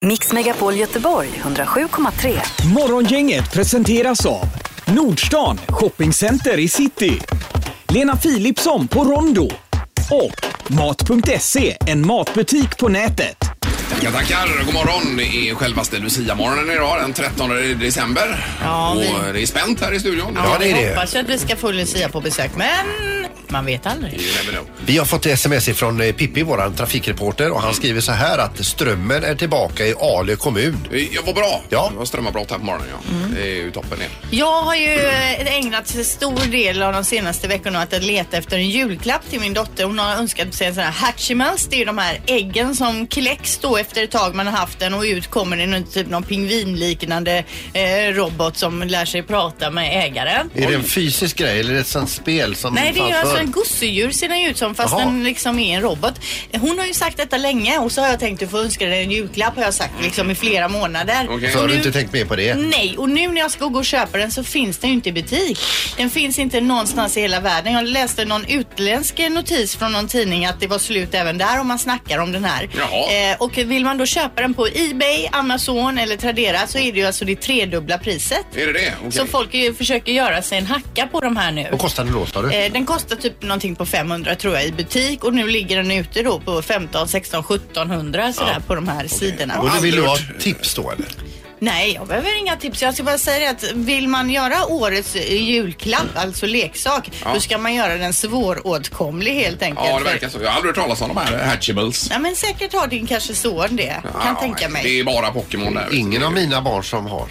Mix Megapol Göteborg 107,3. Morgongänget presenteras av Nordstan Shoppingcenter i City, Lena Philipsson på Rondo och Mat.se, en matbutik på nätet. Tackar, god morgon. Det är självaste Lucia-morgonen idag, den 13 december. Ja, och det är spänt här i studion. Ja, det är det. Jag hoppas att vi ska få Lucia på besök, men man vet aldrig. Vi har fått sms från Pippi, våran trafikreporter, och han skriver så här att strömmen är tillbaka i Ale kommun. Ja, vad bra. Ja. Det var strömavbrott här på morgonen, ja. Det är ju toppen det. Jag har ju ägnat en stor del av de senaste veckorna att leta efter en julklapp till min dotter. Hon har önskat sig en sån här Hatchimals. Det är ju de här äggen som kläcks då efter ett tag man har haft den, och ut kommer det typ någon pingvinliknande robot som lär sig prata med ägaren. Är det en fysisk grej eller är det ett sånt spel som... Nej, det är ju alltså en gosedjur ser den ut som, fast den liksom är en robot. Hon har ju sagt detta länge, och så har jag tänkt att få önska dig en julklapp, har jag sagt liksom i flera månader. Okay. Så har du inte tänkt med på det? Nej, och nu när jag ska gå och köpa den så finns den ju inte i butik. Den finns inte någonstans i hela världen. Jag läste någon utländsk notis från någon tidning att det var slut även där om man snackar om den här. Och vill man då köpa den på eBay, Amazon eller Tradera så är det ju alltså det tredubbla priset. Är det det? Okay. Så folk försöker göra sig en hacka på de här nu. Vad kostar den då, sa du? Den kostar typ någonting på 500 tror jag i butik, och nu ligger den ute då på 15, 16, 1700 sådär på de här sidorna. Och du vill du ha tips då eller? Nej, jag behöver inga tips. Jag ska bara säga att vill man göra årets julklapp, alltså leksak, då ska man göra den svåråtkomlig helt enkelt. Ja, det verkar så. Jag har aldrig hört talas om de här Hatchimals. Ja, men säkert har din kanske son det. Kan tänka mig. Det är bara Pokémon där. Ingen av mina barn som har.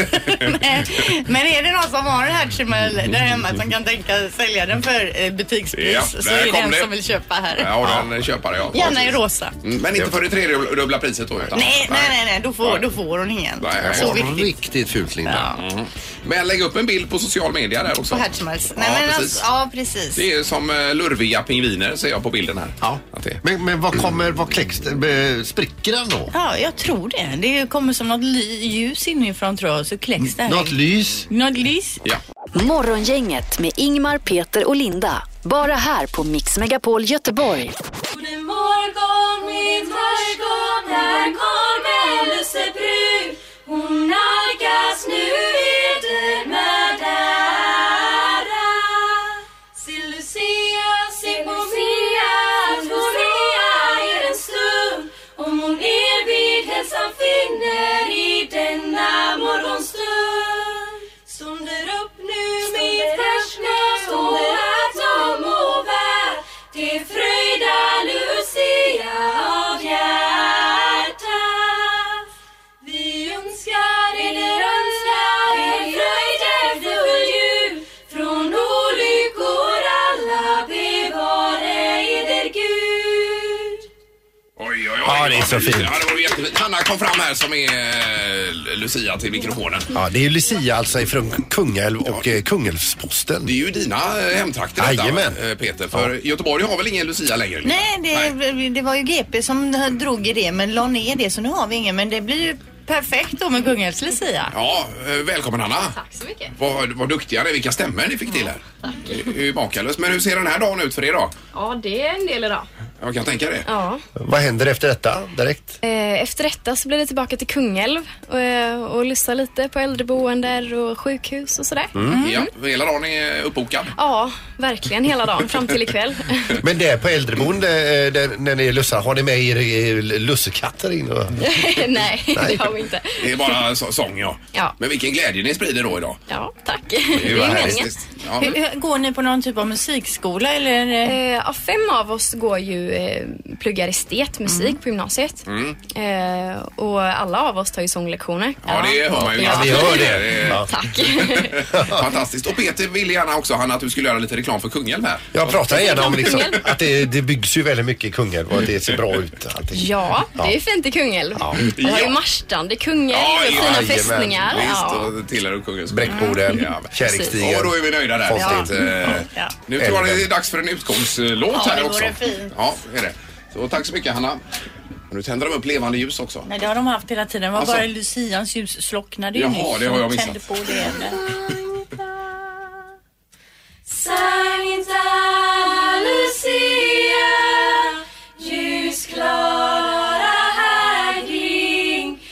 Men är det någon som har en Hatchimal där hemma som kan tänka sälja den för butikspris, så är det den som vill köpa här. Ja, den köpare, ja. Gärna i rosa. Men inte för det tredubbla priset då? Utan. Nej. Då får hon ingen. Så riktigt fult, Linda. Ja. Men lägg upp en bild på social media där också. På Hatchimals. Ja, precis. Precis. Det är som lurviga pingviner ser jag på bilden här. Ja. Men vad kläcks spricker den då? Ja, jag tror det. Det kommer som något ljus inifrån tror jag, så kläcks det här. Något lys? Något lys? Ja. Morgongänget med Ingmar, Peter och Linda. Bara här på Mix Megapol Göteborg. God morgon mitt varskap, där kommer Lussebrud. Hon nalkas nu eder med ära. Se Lucia, se på Mia, att hon är en stund. Om hon vid hälsan finner i denna morgonstund. Stunder upp nu mitt varskap, och att de må vär. Det är fröjda Lucia av hjärtat. Vi önskar er en fröjdefull jul. Från olyckor alla bevare eder Gud. Oj. Ja, det är så fint. Ja, det var jättefint. Hanna kom fram här som är Lucia till mikrofonen. Ja, det är ju Lucia alltså ifrån Kungälv och Kungälvsposten. Det är ju dina hemtrakter detta, Peter. För Göteborg har väl ingen Lucia längre? Nej, det var ju GP som drog i det, men la ner det, så nu har vi ingen. Men det blir ju perfekt då med Kungälvs Lucia. Ja, välkommen Hanna. Tack så mycket. Vad duktiga ni, vilka stämmer ni fick till här. Tack. Det är ju makalöst. Men hur ser den här dagen ut för er då? Ja, det är en del idag. Jag kan tänka det. Ja. Vad händer efter detta direkt? Efter detta så blir det tillbaka till Kungälv och lyssna lite på äldreboender och sjukhus och sådär. Ja, hela dagen är uppbokad. Ja, verkligen hela dagen fram till ikväll. Men det är på äldreboende när ni lussar, har ni med er lussekatter in? Och... Nej, det har vi inte. Det är bara sång, ja. Men vilken glädje ni sprider då idag. Ja, tack. Det är meningen. Ja. Hur går ni på någon typ av musikskola eller? Ja, 5 av oss går ju pluggar estetmusik på gymnasiet. Och alla av oss tar ju sånglektioner. Ja, det hör man ju. Ja, vi hör det. Ja. Tack. Fantastiskt. Och Peter ville gärna också, Hanna, att du skulle göra lite reklam för Kungälv här. Jag pratar gärna om liksom, att det byggs ju väldigt mycket i Kungälv och det ser bra ut. Allting. Ja, det är ju fint i Kungälv. Ja. Vi har ju marstrand i Kungälv, fina fästningar. Visst, och tillhör du Kungälv. Bräckborden, Kärringstigen. Och då är vi nöjda där. Nu tror jag det är dags för en utgångslåt här också. Ja, är det. Så tack så mycket, Hanna. Och nu tänder de upp levande ljus också. Nej, det har de haft hela tiden. Det var bara Lucians ljus slocknade ju nyss. Jaha, det har jag missat. Tände på det. Sankta Lucia, ljusklara hägring,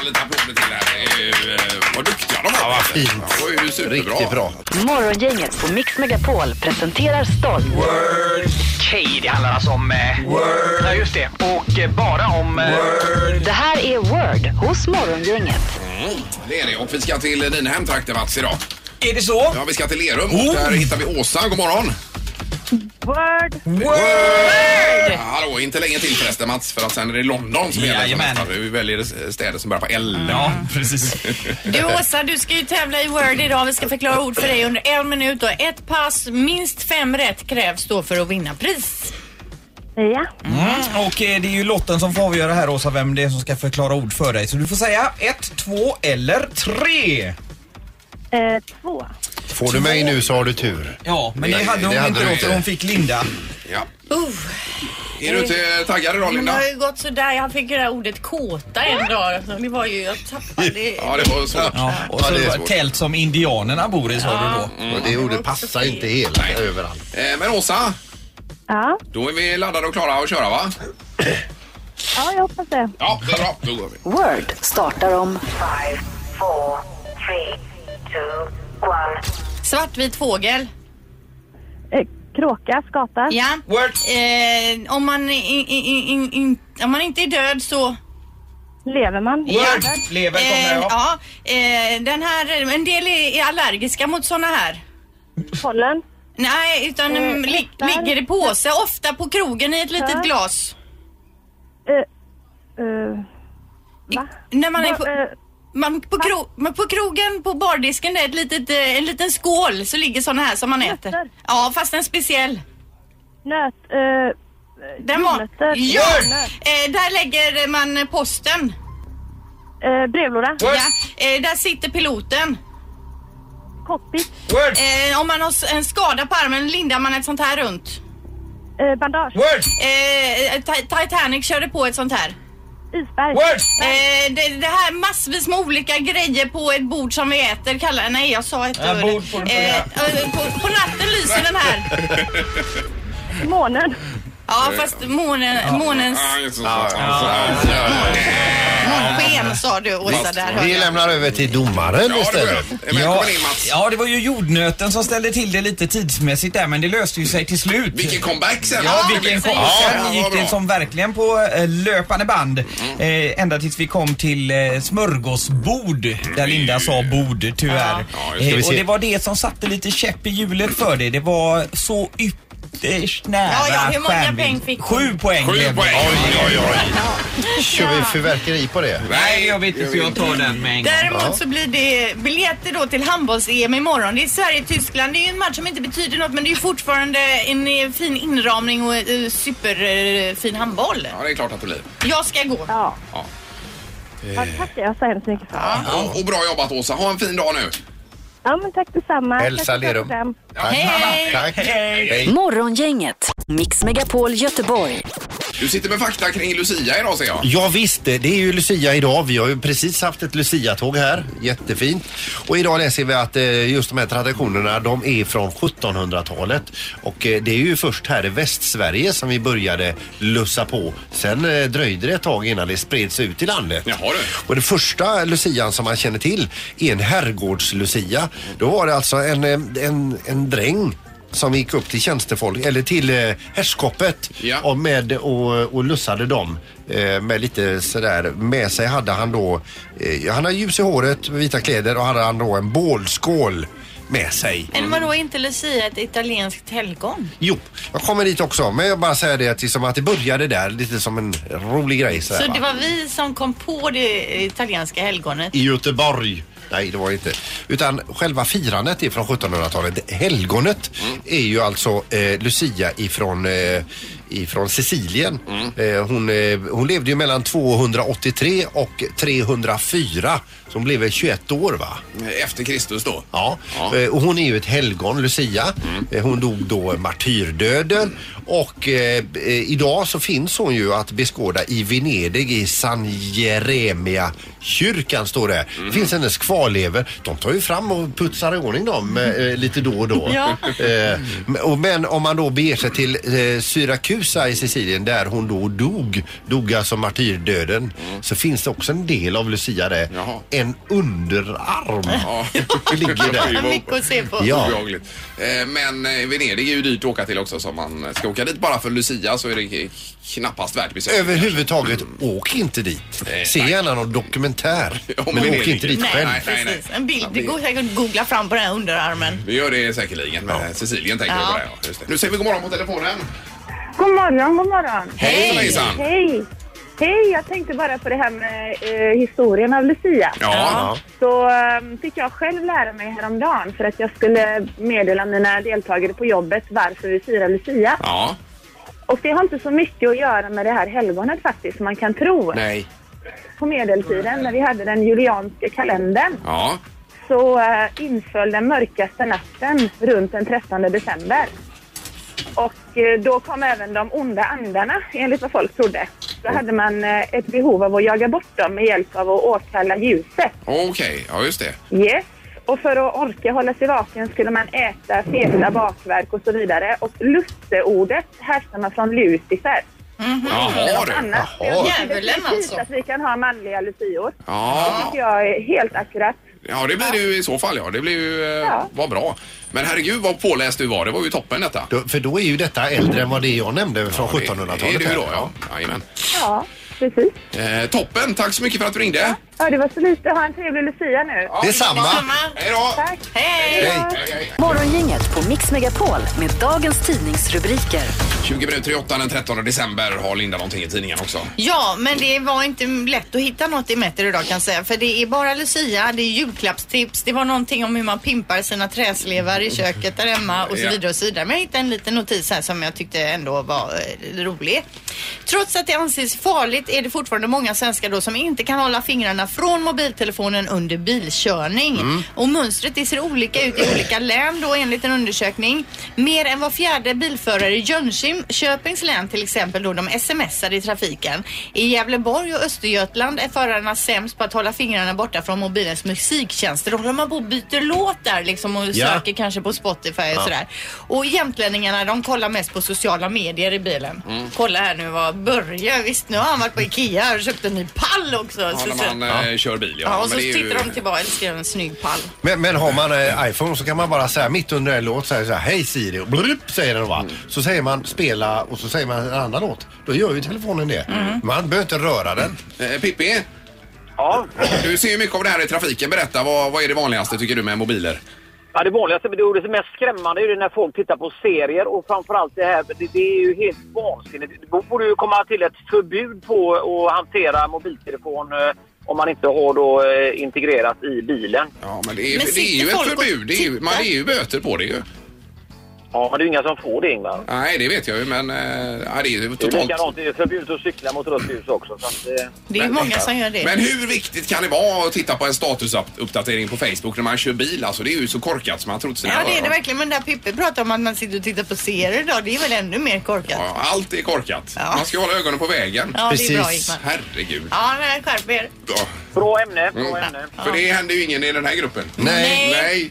lite applåder till här. Vad duktiga de var. Ja, vad fint. Det var ju superbra. Riktigt bra. Morgongänget på Mix Megapol presenterar stolt. Word. Okej, det handlar alltså om... Word. Ja, just det. Och bara om... Word. Det här är Word hos Morgongänget. Det är det. Och vi ska till dina hemtrakter, Mats, idag. Är det så? Ja, vi ska till Lerum. Och där hittar vi Åsa. God morgon. Word! Ja, hallå, inte länge till förresten, Mats, för att sen är det London som gäller. Jajamän. Vi väljer städer som börjar på L. Ja, precis. Du Åsa, du ska ju tävla i Word idag. Vi ska förklara ord för dig under 1 minut och ett pass. Minst 5 rätt krävs då för att vinna pris. Ja. Och det är ju Lotten som får avgöra här, Åsa, vem det är som ska förklara ord för dig. Så du får säga 1, 2 eller 3. 2. Får du mig nu så har du tur. Ja, men det hade hon det hade inte du då, inte. för hon fick Linda. Ja. Är du inte taggad idag, Men det Linda? har ju gått sådär. Jag fick ju det här ordet kåta en dag. Det var ju, jag tappade. Ja, det var svårt. Ja, och så Ja, det är var svårt. tält som indianerna bor i, sa du då. Och det ordet passar inte helt överallt. Men Åsa, Ja. då är vi laddade och klara att köra, va? Ja, jag hoppas det. Ja, det är bra. Då går vi. Word startar om 5, 4, 3, 2, 1. Svartvit fågel. Kråka, skata. Ja. Word. Om man inte är död så... Lever man? Word. Lever kommer jag. Ja. Den här... En del är allergiska mot såna här. Pollen. Nej, utan ligger i påse. Ofta på krogen i ett litet glas. Va? När man är på krogen, på bardisken, det är en liten skål, så ligger såna här som man äter. Nötter. Ja, fast en speciell. Den var... jordnötter. Ja! Där lägger man posten. Brevlåda. Ja. Där sitter piloten. Cockpit. Word. Om man har en skada på armen lindar man ett sånt här runt. Bandage. Word. Titanic körde på ett sånt här. Isberg. Word. Det här massvis med olika grejer på ett bord som vi äter. Nej, jag sa ett ord. Bord på På natten lyser den här. Månen. Ja, fast månens Ja, just så. månsken sa du, Åsa, där hörde Vi jag. lämnar över till domaren Ja, det istället. blir det. Välkommen in, Mats. Ja, det var ju jordnöten som ställde till det lite tidsmässigt där, men det löste ju sig till slut. Vilken comeback sen. Ja, vilken kom. Sen vad gick det bra. som verkligen på löpande band. Ända tills vi kom till smörgåsbord, där Linda sa bord, tyvärr. Ja, Och det var det som satte lite käpp i hjulet för det. Det var så ytterst nära hur många stjärnvinst. poäng fick du? 7 poäng. 7 blev det. poäng. Kör vi fyrverkeri på det? Nej, jag vet inte, så jag tar den med en gång. Däremot så blir det biljetter då till handbolls-EM imorgon. Det är Sverige-Tyskland. Det är ju en match som inte betyder något, men det är ju fortfarande en fin inramning och superfin handboll. Ja, det är klart att det blir. Jag ska gå. Ja. Tackar jag så hemskt mycket för. Ja, och bra jobbat, Åsa. Ha en fin dag nu. Ja, men tack detsamma. Hälsa Tack för Lerum. program. Hej! Tack. Hej. Morgongänget, Mix Megapol Göteborg. Du sitter med fakta kring Lucia idag, ser jag. Ja visst, det är ju Lucia idag. Vi har ju precis haft ett Lucia-tåg här. Jättefint. Och idag läser vi att just de här traditionerna, de är från 1700-talet. Och det är ju först här i Västsverige som vi började lussa på. Sen dröjde det ett tag innan det spreds ut i landet. Jaha, du. Och det första Lucian som man känner till är en herrgårds-Lucia. Då var det alltså en dräng som gick upp till tjänstefolk eller till herrskapet och lussade dem med lite sådär. Med sig hade han då han hade ljus i håret, vita kläder, och hade han då en bålskål med sig. Men vadå, inte Lucia ett italienskt helgon? Jo, jag kommer dit också, men jag bara säger det att, liksom, att det började där lite som en rolig grej Så det var vi som kom på det italienska helgonet? I Göteborg. Nej, det var inte. Utan själva firandet är från 1700-talet. Helgonet är ju alltså Lucia ifrån Sicilien. Hon levde ju mellan 283 och 304. Så hon blev väl 21 år, va? Efter Kristus då? Ja. Och hon är ju ett helgon, Lucia. Hon dog då martyrdöden. Och idag så finns hon ju att beskåda i Venedig i San Jeremia-kyrkan, står det. Det finns hennes kvarlever. De tar ju fram och putsar i ordning dem lite då och då. Ja. Men om man då beger sig till Syrakus Siracusa i Sicilien där hon då dog alltså martyrdöden, så finns det också en del av Lucia där. Jaha. En underarm. Ja. Ligger där. Mycket att se på. Ja. Men Venedig är ju dyrt att åka till också, så om man ska åka dit bara för Lucia så är det knappast värt besök. Överhuvudtaget, åk inte dit. Se gärna någon dokumentär, men åk inte dit själv. Nej. En bild, det går säkert att googla fram på den här underarmen. Vi gör det säkerligen med Sicilien, tänker jag på det. Ja, just det. Nu säger vi god morgon på telefonen. God morgon. Hej! Hej, jag tänkte bara på det här med historien av Lucia. Ja. Så fick jag själv lära mig häromdagen för att jag skulle meddela mina deltagare på jobbet varför vi firar Lucia. Ja. Och det har inte så mycket att göra med det här helgonet faktiskt, som man kan tro. Nej. På medeltiden, när vi hade den julianska kalendern, så inföll den mörkaste natten runt den 13 december. Och då kom även de onda andarna, enligt vad folk trodde. Så hade man ett behov av att jaga bort dem med hjälp av att åkalla ljuset. Okej, ja just det. Yes, och för att orka hålla sig vaken skulle man äta feta bakverk och så vidare. Och lusseordet härstammar från Lucifer. Jaha, Djävulen alltså. Att vi kan ha manliga lucior. Ja. Det tycker jag är helt akkurat. Ja, det blir det ju i så fall, Det blir ju, vad bra. Men herregud, vad påläst du var. Det var ju toppen detta. För då är ju detta äldre än vad det jag nämnde från 1700-talet. Det är det ju då, ja. Jajamän. Ja, precis. Toppen, tack så mycket för att du ringde. Ja, det var så lite. Ha en trevlig Lucia nu. Ja, detsamma. Hej då. Tack. Hej. Morgongänget på Mix Megapol med dagens tidningsrubriker. 20 minuter i 8 den 13 december har Linda någonting i tidningen också. Ja, men det var inte lätt att hitta något i Metro idag kan jag säga. För det är bara Lucia, det är julklappstips. Det var någonting om hur man pimpar sina träslevar i köket där hemma och så vidare och så vidare. Men jag hittade en liten notis här som jag tyckte ändå var rolig. Trots att det anses farligt är det fortfarande många svenskar då som inte kan hålla fingrarna från mobiltelefonen under bilkörning. Och mönstret det ser olika ut i olika län då enligt en undersökning. Mer än var fjärde bilförare i Jönköpings län till exempel då de smsar i trafiken. I Gävleborg och Östergötland är förarna sämst på att hålla fingrarna borta från mobilens musiktjänster. Då håller man på och byter låt där liksom och söker kanske på Spotify och sådär. Och jämtlänningarna de kollar mest på sociala medier i bilen. Kolla här nu vad Börje, visst nu har han varit på Ikea och köpt en ny pall också. Ja, när man kör bil. Ja, och så tittar de tillbaka och älskar en snygg pall. Men har man iPhone så kan man bara säga mitt under en låt så här, hej Siri, och blup, säger den va. Så säger man spela och så säger man en annan låt. Då gör ju telefonen det. Man behöver inte röra den. Pippi? Ja? Du ser ju mycket av det här i trafiken. Berätta, vad är det vanligaste tycker du med mobiler? Ja, det vanligaste, men det mest skrämmande är ju när folk tittar på serier och framförallt det här, det är ju helt vansinnigt. Då borde ju komma till ett förbud på att hantera mobiltelefon om man inte har då integrerat i bilen. Ja, men det är ju ett förbud. Det är ju böter på det ju. Ja, men det är inga som får det, Ingvar. Nej, det vet jag ju, men det är ju totalt... Det är likadant, det är förbud att cykla mot rött ljus också. Så att, det är många som gör det. Men hur viktigt kan det vara att titta på en statusuppdatering på Facebook när man kör bil? Alltså, det är ju så korkat som man trott sina det är det verkligen. Men där Pippi pratar om att man sitter och tittar på serier idag, det är väl ännu mer korkat. Ja, allt är korkat. Ja. Man ska hålla ögonen på vägen. Ja, precis. Det är bra, Ingmar. Herregud. Ja, nej, skärp er. Ja. Bra ämne, bra ämne. För det händer ju ingen i den här gruppen. Nej.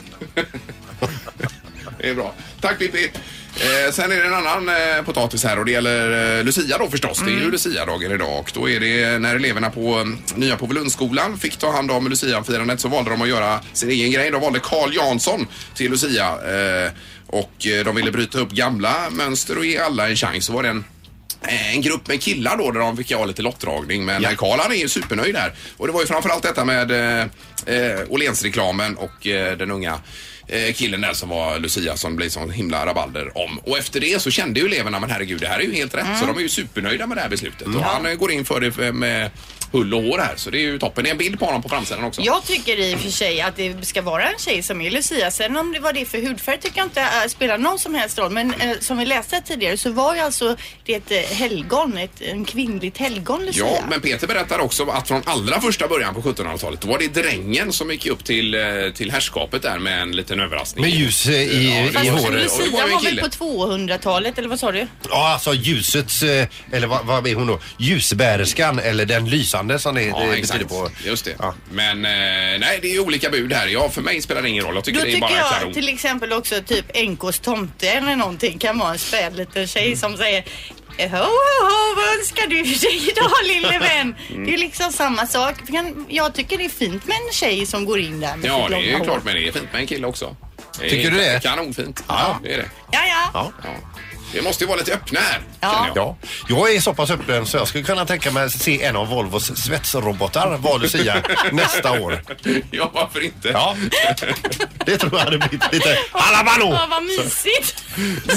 Det är bra. Tack Pippi. Sen är det en annan potatis här och det gäller Lucia då förstås. Det är ju Lucia-dagen idag och då är det när eleverna på nya Påvelundsskolan fick ta hand om Lucia-firandet så valde de att göra sin egen grej. De valde Carl Jansson till Lucia och de ville bryta upp gamla mönster och ge alla en chans. Så var det en grupp med killar då där de fick ha lite lottdragning men Carl han är ju supernöjd där. Och det var ju framförallt detta med Åhléns-reklamen och den unga killen där som var Lucia som blev sån himla rabalder om. Och efter det så kände ju eleverna men herregud det här är ju helt rätt så de är ju supernöjda med det här beslutet. Och han går in för det med hull och hår här så det är ju toppen. Det är en bild på honom på framsidan också. Jag tycker i och för sig att det ska vara en tjej som är Lucia. Sen om det var det för hudfärg tycker jag inte spelar någon som helst roll. Men som vi läste tidigare så var ju alltså det ett helgon, en kvinnligt helgon Lucia. Ja, men Peter berättar också att från allra första början på 1700-talet då var det drängen som gick upp till härskapet där med en liten överraskning. Med ljus i håret. Lucia var väl på 200-talet eller vad sa du? Ja, alltså ljusets, eller vad är hon då? Ljusbärerskan eller den lysande flytande som det betyder på. Just det. Ja. Men nej, det är olika bud här. Ja, för mig spelar det ingen roll. Jag tycker det är bara kanon. Då tycker jag till exempel också typ NKs tomte eller någonting kan vara en späd liten tjej som säger vad önskar du dig idag, lille vän? Det är liksom samma sak. Jag tycker det är fint med en tjej som går in där med ja, det är klart, men det är fint med en kille också. Tycker du det? Kanonfint. Ja, det är det. Ja. Det måste ju vara lite öppna här. Ja. Jag är så pass öppen så jag skulle kunna tänka mig att se en av Volvos svetsrobotar var Lucia nästa år. Ja, varför inte? Ja, det tror jag hade blivit lite halabaloo. Ja, vad mysigt.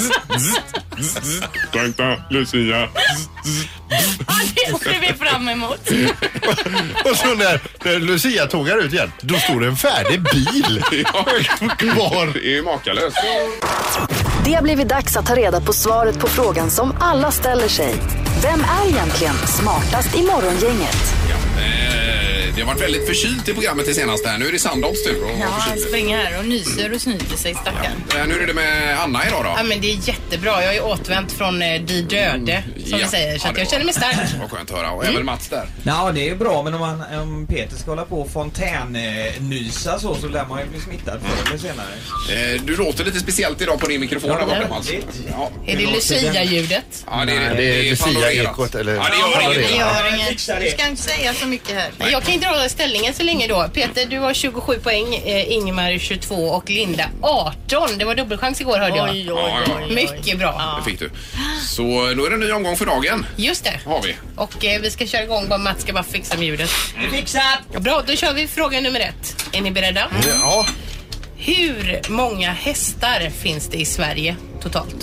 Tänkta Lucia. Ja, det ser vi fram emot. Och så när Lucia tågar ut igen, då står det en färdig bil kvar. Det är ju makalöst. Det har blivit dags att ta reda på svaret på frågan som alla ställer sig. Vem är egentligen smartast i morgongänget? Det har varit väldigt förkylt i programmet det senaste här. Nu är det Sandholms tur. Han springer här och nyser och snyter sig, stackarn. Nu är det med Anna idag då. Ja, men det är jättebra. Jag är återvänt från de döde, som vi säger. Så att jag känner mig stark. Vad skönt att höra. Och även Mats där. Ja, det är bra. Men om Peter ska hålla på och fontännysa så lär man ju bli smittad förr eller senare. Du låter lite speciellt idag på din mikrofon. Är det Lucia-ljudet? Ja, det är Lucia-ekot. Eller... Ja, det gör inget. Du ska inte säga så mycket här. Jag kan inte hålla ställningen så länge då. Peter, du har 27 poäng, Ingemar 22 och Linda 18. Det var dubbelchans igår, hörde jag. Oj. Mycket bra. Ja. Det fick du. Så då är det en ny omgång för dagen. Just det. Har vi. Och vi ska köra igång. Bara Mats ska bara fixa med ljudet. Fixat! Bra, då kör vi fråga nummer 1. Är ni beredda? Ja. Hur många hästar finns det i Sverige totalt?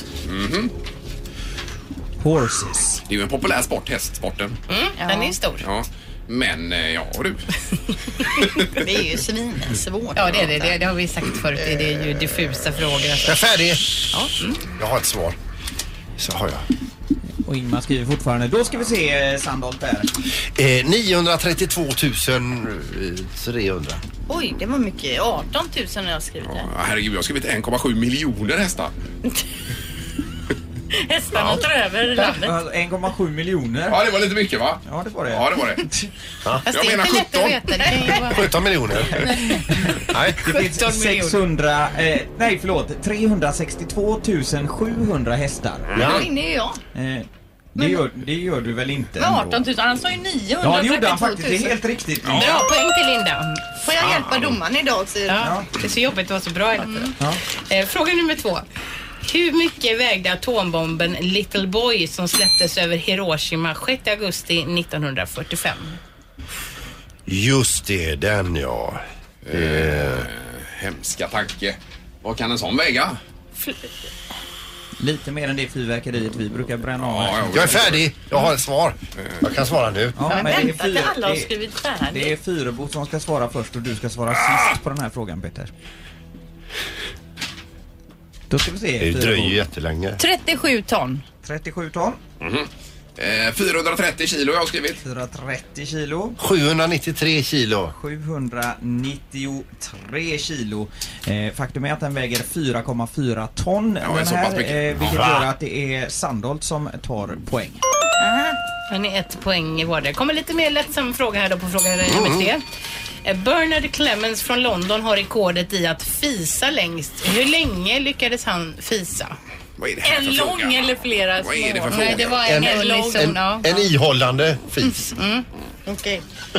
Horses. Det är ju en populär sport, hästsporten. Den är stor. Ja. Men, ja du. Det är ju svinsvårt. Ja, det är det. Det har vi sagt förut. Det är ju diffusa frågor. Alltså. Jag är färdig. Ja. Jag har ett svar. Så har jag. Och Ingmar skriver fortfarande. Då ska vi se Sandholt där. 932 300. Oj, det var mycket. 18 000 när jag skrivit det. Ja, herregud, jag har skrivit 1,7 miljoner hästar. Hästarna tar över landet. 1,7 miljoner. Ja, det var lite mycket, va? Ja, det var det. Ja, det var det. Ja. Jag menar 17. 17 miljoner. Nej, det finns 600, 362 700 hästar. Ja. Då vinner ju jag. Det gör du väl inte? Med 18 000, han sa ju 932 000. Ja, det gjorde han faktiskt. Det är helt riktigt. Ja. Bra poäng till Linda. Får jag hjälpa domaren idag? Ja. Det är så jobbigt att vara så bra hela tiden. Fråga nummer 2. Hur mycket vägde atombomben Little Boy som släpptes över Hiroshima 6 augusti 1945? Just det, den ja. Hemska tanke. Vad kan en sån väga? Lite mer än det fyrverkeriet vi brukar bränna av. Jag är färdig. Jag har ett svar. Jag kan svara nu. Ja, men vänta till alla har skrivit färdigt. Det är Fyrebo som ska svara först och du ska svara sist på den här frågan, Peter. Då ska vi se. Det dröjer jättelänge. 37 ton. 37 ton. 430 kilo jag har skrivit. 430 kilo. 793 kilo. 793 kilo. Faktum är att den väger 4,4 ton. Ja, den här, vilket gör att det är Sandholt som tar poäng. Han är 1 poäng i vardera. Kommer lite mer lättsam fråga här då på fråga nummer 3. Bernard Clemens från London har rekordet i att fisa längst. Hur länge lyckades han fisa? Vad är det här en för lång fråga? eller flera små? Vad är det för fråga? Nej, det var en lång. En ihållande fis. Okej.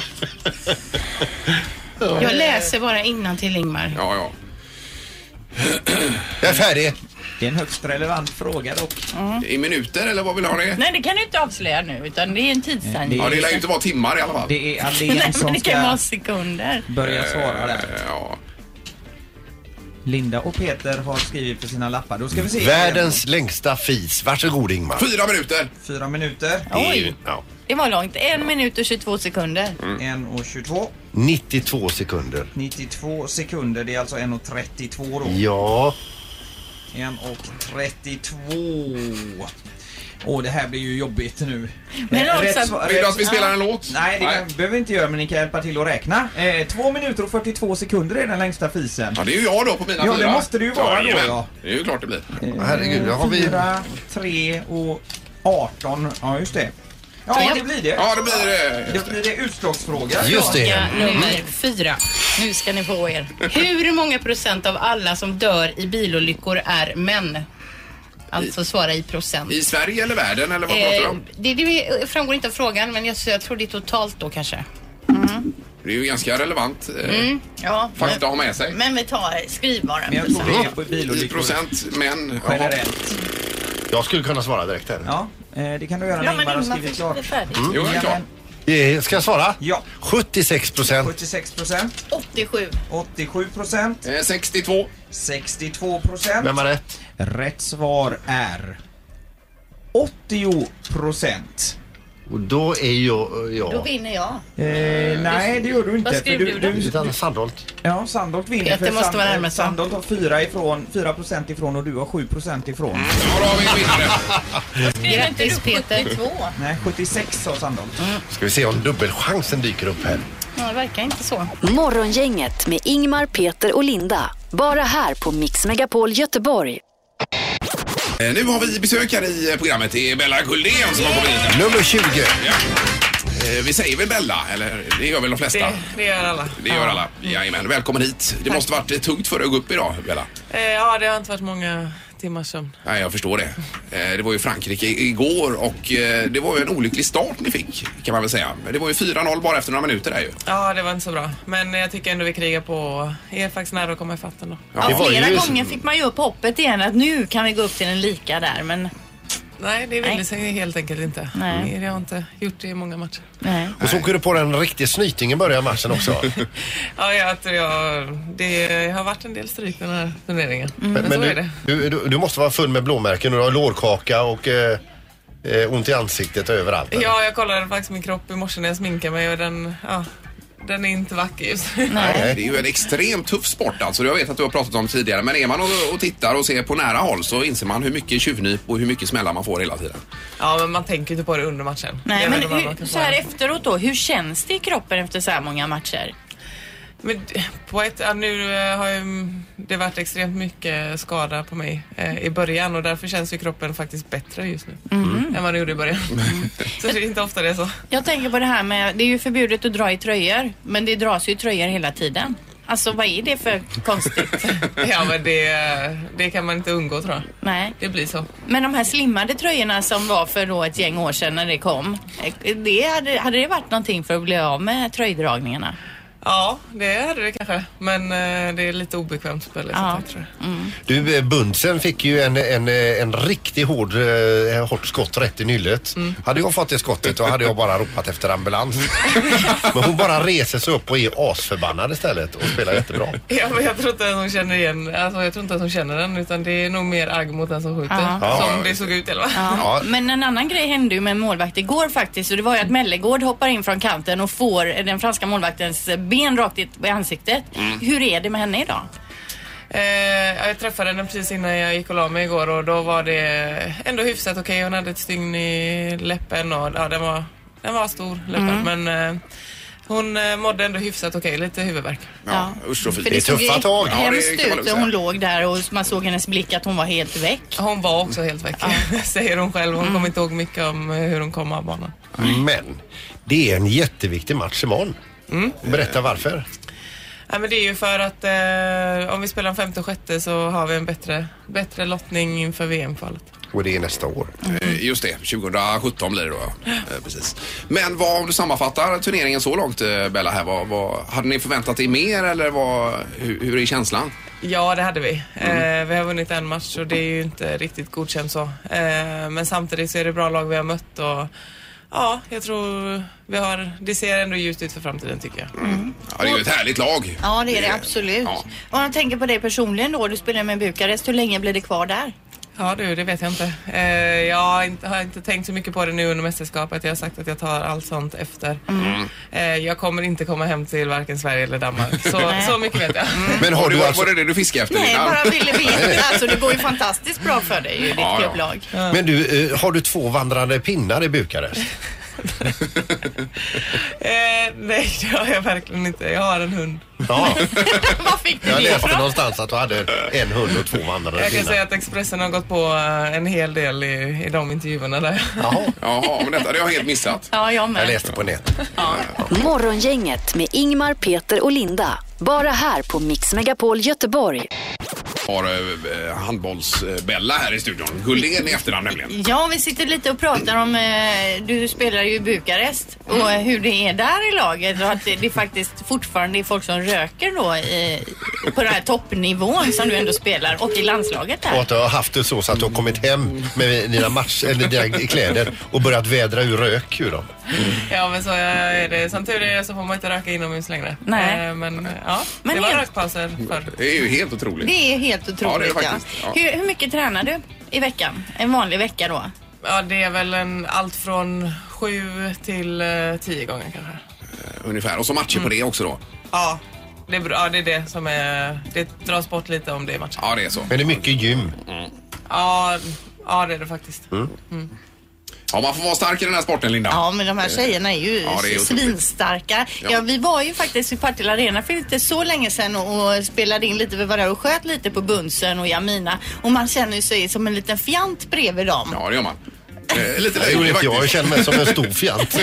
Jag läser bara innantill, Ingmar. Ja. Jag är färdig. Det är en högst relevant fråga dock. I minuter eller vad vill du ha det? Nej, det kan du inte avslöja nu, utan det är en tidsangiven. Ja, det lär ju inte vara timmar i alla fall. Det är Alén som det kan vara ska sekunder. börja svara där. Ja. Linda och Peter har skrivit på sina lappar. Då ska vi se. Världens längsta fis. Varsågod, Ingmar. 4 minuter. 4 minuter. Oj, det var långt. 1 minut och 22 sekunder. 1:22. 92 sekunder. 92 sekunder, det är alltså 1:32 då. Ja. 1:32. Det här blir ju jobbigt nu. Men vill du att vi spelar en låt? Nej, det behöver vi inte göra, men ni kan hjälpa till att räkna. 2 minuter och 42 sekunder är den längsta fisen. Ja, det är ju jag då på mina 4. Ja, det måste det ju vara då. Ja. Det är ju klart det blir. Herregud, då har vi 4, 3 och 18. Ja, just det. Ja, det blir det. Ja, det blir det. Då blir det utslagsfråga. Just det. Fråga nummer 4. Nu ska ni få er. Hur många procent av alla som dör i bilolyckor är män? Alltså svara i procent. I Sverige eller världen eller vad pratar du om? Det framgår inte av frågan, men jag tror det är totalt då kanske. Det är ju ganska relevant Ja, fakta att ha med sig. men vi tar skrivbara. Men jag tror det är på bilolyckor 10% män. generellt. Jag skulle kunna svara direkt här. Ja, det kan du göra när Ingmar har skrivit klart. Jo, det är klart. Ska jag svara? Ja. 76%. 76%. 87. 87%. 62. 62%. Vem har rätt? Rätt svar är 80%. Och då är Då vinner jag. Nej, det gör du inte. Vad skrev du? Utan Sandholt. Ja, Sandholt vinner. Peter måste vara närmast. Sandholt har 4% ifrån och du har 7% ifrån. Ja, då har vi en vinnare. Grattis Peter. 72. Nej, 76 sa Sandholt. Ska vi se om dubbelchansen dyker upp här. Ja, det verkar inte så. Morgongänget med Ingmar, Peter och Linda. Bara här på Mix Megapol Göteborg. Nu har vi besök här i programmet. Det är Bella Kuldén som har kommit in. Nummer 20. Ja. Vi säger väl Bella, eller det gör väl de flesta? Det gör alla. Det gör alla. Jajamän, välkommen hit. Det måste varit tungt för dig att gå upp idag, Bella. Ja, det har inte varit många timmars sömn. Nej, jag förstår det. Det var ju Frankrike igår och det var ju en olycklig start ni fick, kan man väl säga. Det var ju 4-0 bara efter några minuter där ju. Ja, det var inte så bra. Men jag tycker ändå vi krigar på och är faktiskt nära att komma i fatten då. Ja, flera gånger fick man ju upp hoppet igen att nu kan vi gå upp till en lika där, men... Nej, det vill sig helt enkelt inte. Nej. Jag har inte gjort det i många matcher. Nej. Och så åker du på den riktiga snytingen börjar matchen också. Ja, jag tror det har varit en del stryk den här turneringen. Men så är det. Du måste vara full med blåmärken och du har lårkaka och ont i ansiktet överallt. Eller? Ja, jag kollade faktiskt min kropp i morse när jag sminkade mig och den är inte vacker just. Nej. Det är ju en extremt tuff sport alltså. Jag vet att du har pratat om tidigare. Men är man och tittar och ser på nära håll så inser man hur mycket tjuvnyp och hur mycket smällar man får hela tiden. Ja, men man tänker inte på det under matchen. Nej, men så här efteråt då, hur känns det i kroppen efter så här många matcher? Men nu har ju det varit extremt mycket skada på mig i början och därför känns ju kroppen faktiskt bättre just nu än vad det gjorde i början. Så det är inte ofta det är så. Jag tänker på det här med, det är ju förbjudet att dra i tröjor, men det dras ju tröjor hela tiden. Alltså vad är det för konstigt? Ja, men det kan man inte undgå tror jag. Nej. Det blir så. Men de här slimmade tröjorna som var för då ett gäng år sedan när det kom, hade det varit någonting för att bli av med tröjdragningarna? Ja, det hade det kanske. Men det är lite obekvämt spel. Ja. Du, Bundsen fick ju en riktigt hårt skott rätt i nyllet. Hade jag fått det skottet då hade jag bara ropat efter ambulans. Men hon bara reser sig upp och är asförbannad istället och spelar jättebra. Ja, men jag tror inte att hon känner igen. Alltså, jag tror inte att hon känner den utan det är nog mer agg mot den som skjuter. Som det såg ut, eller va? Ja. Men en annan grej hände ju med en målvakt igår faktiskt. Och det var ju att Mellegård hoppar in från kanten och får den franska målvaktens ben rakt i ansiktet. Hur är det med henne idag? Jag träffade henne precis innan jag gick och la mig igår och då var det ändå hyfsat okej. Hon hade ett stygn i läppen och ja, den var stor läppen men hon mådde ändå hyfsat okej, lite huvudvärk. Ja, usch och fint. Det är tuffa tag. Hemskt ut hon låg där och man såg hennes blick att hon var helt väck. Hon var också helt väck, säger hon själv. Hon kommer inte ihåg mycket om hur hon kom av banan. Men det är en jätteviktig match imorgon. Berätta varför. Ja, men det är ju för att om vi spelar en 5:e och 6:e så har vi en bättre lottning inför VM-kvalet. Och det är nästa år. Just det, 2017 blir det då. Precis. Men vad, om du sammanfattar turneringen så långt, Bella, här, hade ni förväntat er mer eller hur är känslan? Ja, det hade vi. Vi har vunnit en match och det är ju inte riktigt godkänt så. Men samtidigt så är det bra lag vi har mött och ja, jag tror det ser ändå ljust ut för framtiden tycker jag. Ja, det är ju ett härligt lag. Ja, det är det absolut. Ja. Och jag tänker på dig personligen då, du spelar med Bukarest, hur länge blir det kvar där? Ja det vet jag inte. Jag har inte tänkt så mycket på det nu under mästerskapet. Jag har sagt att jag tar allt sånt efter. Jag kommer inte komma hem till varken Sverige eller Danmark. Så mycket vet jag. Men har du var det du fiskar efter? Nej, jag bara ville veta. Alltså det går ju fantastiskt bra för dig i ditt klubblag. Ja. Men du, har du 2 vandrande pinnar i Bukarest? Nej, det har jag verkligen inte. Jag har en hund. Ja. Vad fick du Jag det läste ifrån? någonstans att du hade en hund och 2 vandrare. Jag kan säga att Expressen har gått på en hel del i de intervjuerna där. Jaha, men detta hade jag helt missat. Ja, jag med. Jag läste på nätet. Morgongänget med Ingmar, Peter och Linda. Bara här på Mix Megapol Göteborg. Har handbollsbella här i studion. Guldén i efternamn nämligen. Ja, vi sitter lite och pratar om, du spelar ju i Bukarest och hur det är där i laget och att det faktiskt fortfarande är folk som röker då på den här toppnivån som du ändå spelar och i landslaget där. Och att du har haft det så att du har kommit hem med dina kläder och börjat vädra ur rök ur dem. Ja, men så är det. Som tur är så får man inte röka inomhus längre. Nej. Men ja, Men det var helt- rökpauser förr. Det är ju helt otroligt. Det är helt otroligt. Ja, det är det faktiskt. Ja. Hur mycket tränar du i veckan? En vanlig vecka då? Ja, det är väl allt från 7 till 10 gånger kanske. Ungefär. Och så matcher på det också då. Ja, det är det som är... Det dras bort lite om det är matchen. Ja, det är så. Men det är mycket gym. Ja, det är det faktiskt. Ja, man får vara stark i den här sporten, Linda. Ja, men de här tjejerna är ju Ja, det är otroligt. svinstarka. Ja. Ja, vi var ju faktiskt i Partille Arena för inte så länge sedan och spelade in lite vid varandra och sköt lite på Bunsen och Jamina. Och man känner sig som en liten fjant bredvid dem. Ja, det gör man. Lite Det gjorde inte jag känner mig som en stor fjant.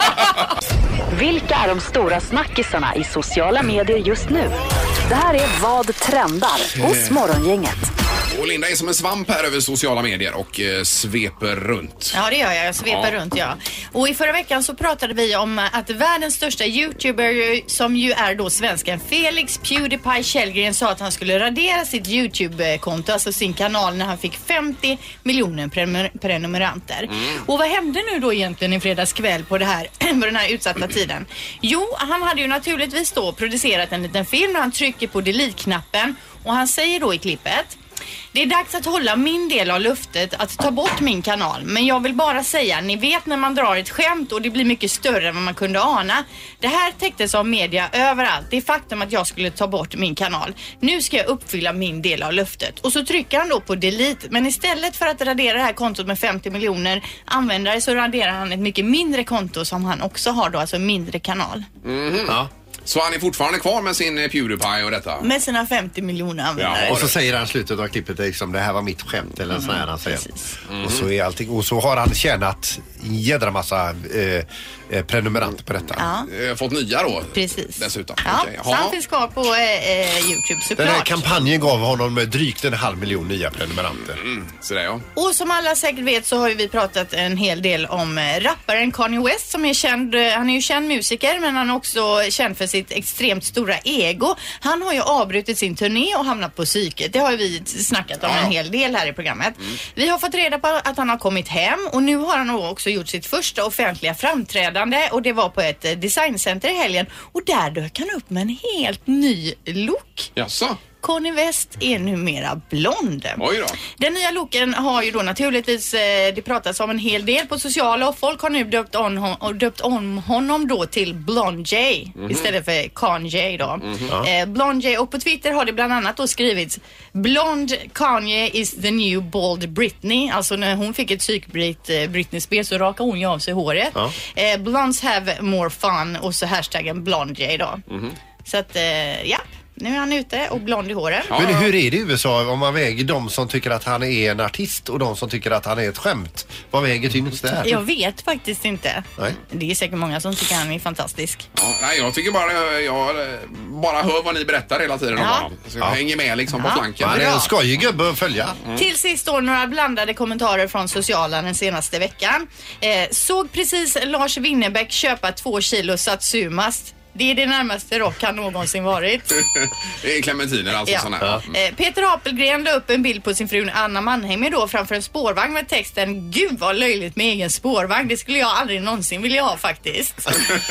Vilka är de stora snackisarna i sociala medier just nu? Det här är Vad trendar hos Morgongänget. Och Linda är som en svamp här över sociala medier och sveper runt. Ja, det gör jag. Jag sveper runt, ja. Och i förra veckan så pratade vi om att världens största YouTuber, som ju är då svensken Felix Pewdiepie Källgren, sa att han skulle radera sitt YouTube-konto, alltså sin kanal, när han fick 50 miljoner prenumeranter. Och vad hände nu då egentligen i fredags kväll på den här utsatta tiden? Jo, han hade ju naturligtvis då producerat en liten film där han trycker på delete-knappen och han säger då i klippet: det är dags att hålla min del av luftet att ta bort min kanal. Men jag vill bara säga, ni vet när man drar ett skämt och det blir mycket större än vad man kunde ana. Det här täcktes av media överallt. Det är faktum att jag skulle ta bort min kanal. Nu ska jag uppfylla min del av luftet. Och så trycker han då på delete. Men istället för att radera det här kontot med 50 miljoner användare så raderar han ett mycket mindre konto som han också har då, alltså en mindre kanal. Ja. Så han är fortfarande kvar med sin Pewdiepie och detta? Med sina 50 miljoner användare. Och så säger han i slutet av klippet liksom, det här var mitt skämt eller sån här han säger. Och så är allting, och så har han tjänat en jädra massa prenumeranter på detta. Ja. Fått nya då? Precis. Dessutom. Ja, Okej. så han finns kvar på YouTube såklart. Den här kampanjen gav honom drygt 500 000 nya prenumeranter. Så där, ja. Och som alla säkert vet så har ju vi pratat en hel del om rapparen Kanye West som är känd. Han är ju känd musiker, men han är också känd för sitt extremt stora ego. Han har ju avbrutit sin turné och hamnat på psyket. Det har ju vi snackat om en hel del här i programmet. Vi har fått reda på att han har kommit hem och nu har han också gjort sitt första offentliga framträdande och det var på ett designcenter i helgen och där dök han upp med en helt ny look. Jaså? Kanye West är numera blond. Oj då. Den nya looken har ju då naturligtvis, det pratas om en hel del på sociala och folk har nu döpt om honom då till Blond J istället för Kanye då. Blond J, och på Twitter har det bland annat då skrivits: Blond Kanye is the new bold Britney. Alltså när hon fick ett psykbryt Britney-spel så rakade hon ju av sig håret. Blondes have more fun och så hashtaggen Blond J då. Så att, ja. Nu är han ute och blond i håret. Men hur är det i USA om man väger de som tycker att han är en artist och de som tycker att han är ett skämt? Vad väger tyngst där? Jag vet faktiskt inte. Nej. Det är säkert många som tycker han är fantastisk. Ja, nej, jag tycker jag bara hör vad ni berättar hela tiden om honom. Så jag hänger med liksom på flanken. Han är en skojig gubbe att följa. Till sist då några blandade kommentarer från sociala den senaste veckan. Såg precis Lars Winnerbäck köpa 2 kilo Satsumas. Det är det närmaste rock han någonsin varit. Det är clementiner alltså. Ja. Sån här. Peter Apelgren la upp en bild på sin fru Anna Mannheimer då framför en spårvagn med texten: Gud vad löjligt med egen spårvagn. Det skulle jag aldrig någonsin vilja ha faktiskt.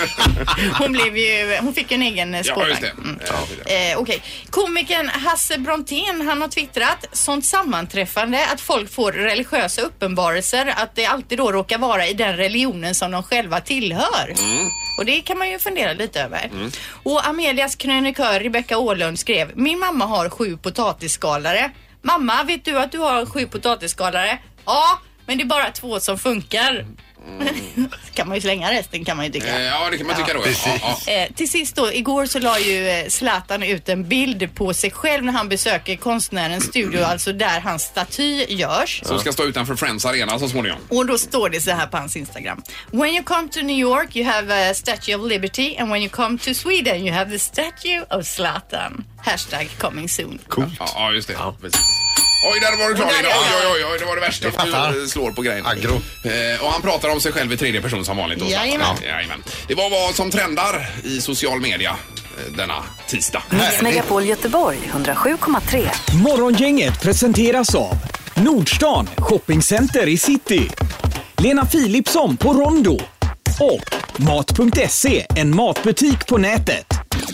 Hon fick en egen spårvagn. Okej. Komikern Hasse Brontén, han har twittrat: sånt sammanträffande att folk får religiösa uppenbarelser, att det alltid då råkar vara i den religionen som de själva tillhör. Och det kan man ju fundera lite över. Och Amelias krönikör Rebecca Åhlund skrev: min mamma har 7 potatisskalare. Mamma, vet du att du har 7 potatisskalare? Ja, men det är bara 2 som funkar. Kan man ju slänga resten, kan man ju tycka. Ja, det kan man tycka då. Till sist då, igår så la ju Zlatan ut en bild på sig själv när han besöker konstnärens studio, alltså där hans staty görs. Som ska stå utanför Friends Arena så småningom. Och då står det så här på hans Instagram. When you come to New York you have a Statue of Liberty, and when you come to Sweden you have the Statue of Zlatan. #coming soon. Coolt. Ja, just det. Ja. Oj, där var du klar. Oj, det var det värsta. Du slår på grejen. Aggro. Och han pratar om sig själv i tredje person som vanligt. Jajamän. Det var vad som trendar i social media denna tisdag. Mix Megapol Göteborg 107,3. Morgongänget presenteras av Nordstan Shoppingcenter i city, Lena Philipsson på Rondo och Mat.se, en matbutik på nätet.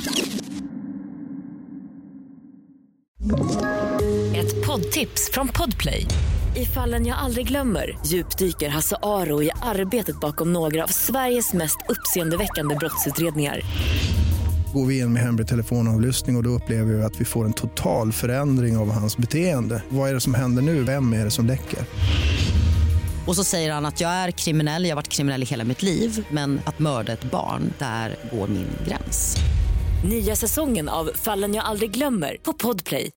Ett poddtips från Podplay. I Fallen jag aldrig glömmer djupdyker Hasse Aro i arbetet bakom några av Sveriges mest uppseendeväckande brottsutredningar. Går vi in med hemlig telefonavlyssning och då upplever vi att vi får en total förändring av hans beteende. Vad är det som händer nu? Vem är det som läcker? Och så säger han att jag är kriminell, jag har varit kriminell i hela mitt liv. Men att mörda ett barn, där går min gräns. Nya säsongen av Fallen jag aldrig glömmer på Podplay.